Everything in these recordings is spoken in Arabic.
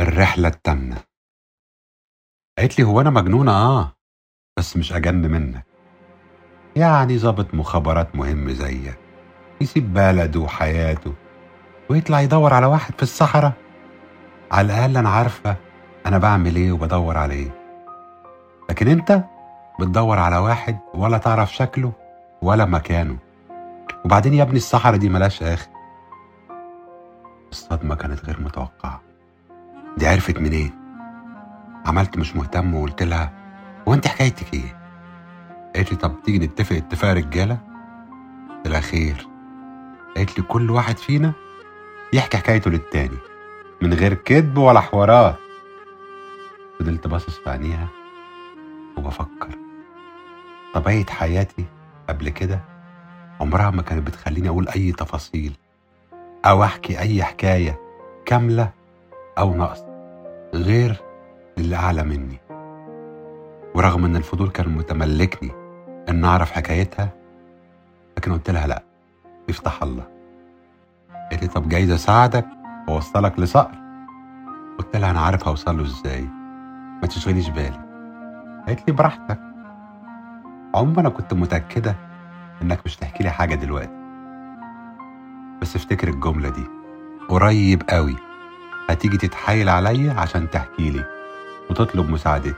الرحلة التامنة. قالت لي: هو أنا مجنونة؟ بس مش أجن منك. يعني ضابط مخابرات مهم زيك يسيب بلده وحياته ويطلع يدور على واحد في الصحراء؟ على الأقل أنا عارفة أنا بعمل إيه وبدور على إيه. لكن أنت بتدور على واحد ولا تعرف شكله ولا مكانه. وبعدين يا ابني الصحراء دي ملاش آخر. الصدمة كانت غير متوقعة. دي عرفت منين؟ عملت مش مهتم وقلت لها: هو أنت حكايتك إيه؟ قالت لي: طب تيجي نتفق اتفاق رجالة؟ قلت لها: خير. قالت لي: كل واحد فينا يحكي حكايته للتاني من غير كذب ولا حوارات. فضلت باصص في عينيها وبفكر. طبيعة حياتي قبل كده عمرها ما كانت بتخليني أقول أي تفاصيل أو أحكي أي حكاية كاملة أو ناقص غير للي أعلى مني. ورغم إن الفضول كان متملكني إن أعرف حكايتها، لكن قلت لها: لأ، يفتح الله. قالت لي: طب جايز أساعدك وأوصلك لصقر؟ قلت لها: أنا عارف هوصله إزاي، ما تشغليش بالي. قالت لي: براحتك. عموما أنا كنت متأكدة إنك مش تحكي لي حاجة دلوقتي، بس افتكر الجملة دي، قريب قوي هتيجي تتحايل عليا عشان تحكي لي وتطلب مساعدتي.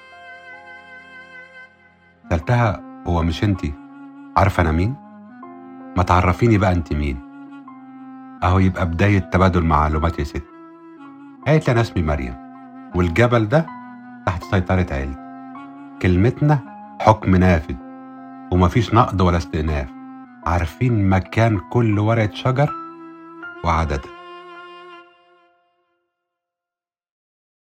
سألتها: هو مش انتي عارفة أنا مين؟ ما تعرفيني بقى انتي مين، أهو يبقى بداية تبادل معلومات يا ست. قالت لي: أنا اسمي مريم، والجبل ده تحت سيطرة عيلتي. كلمتنا حكم نافذ ومفيش نقد ولا استئناف. عارفين مكان كل ورقة شجر وعددها.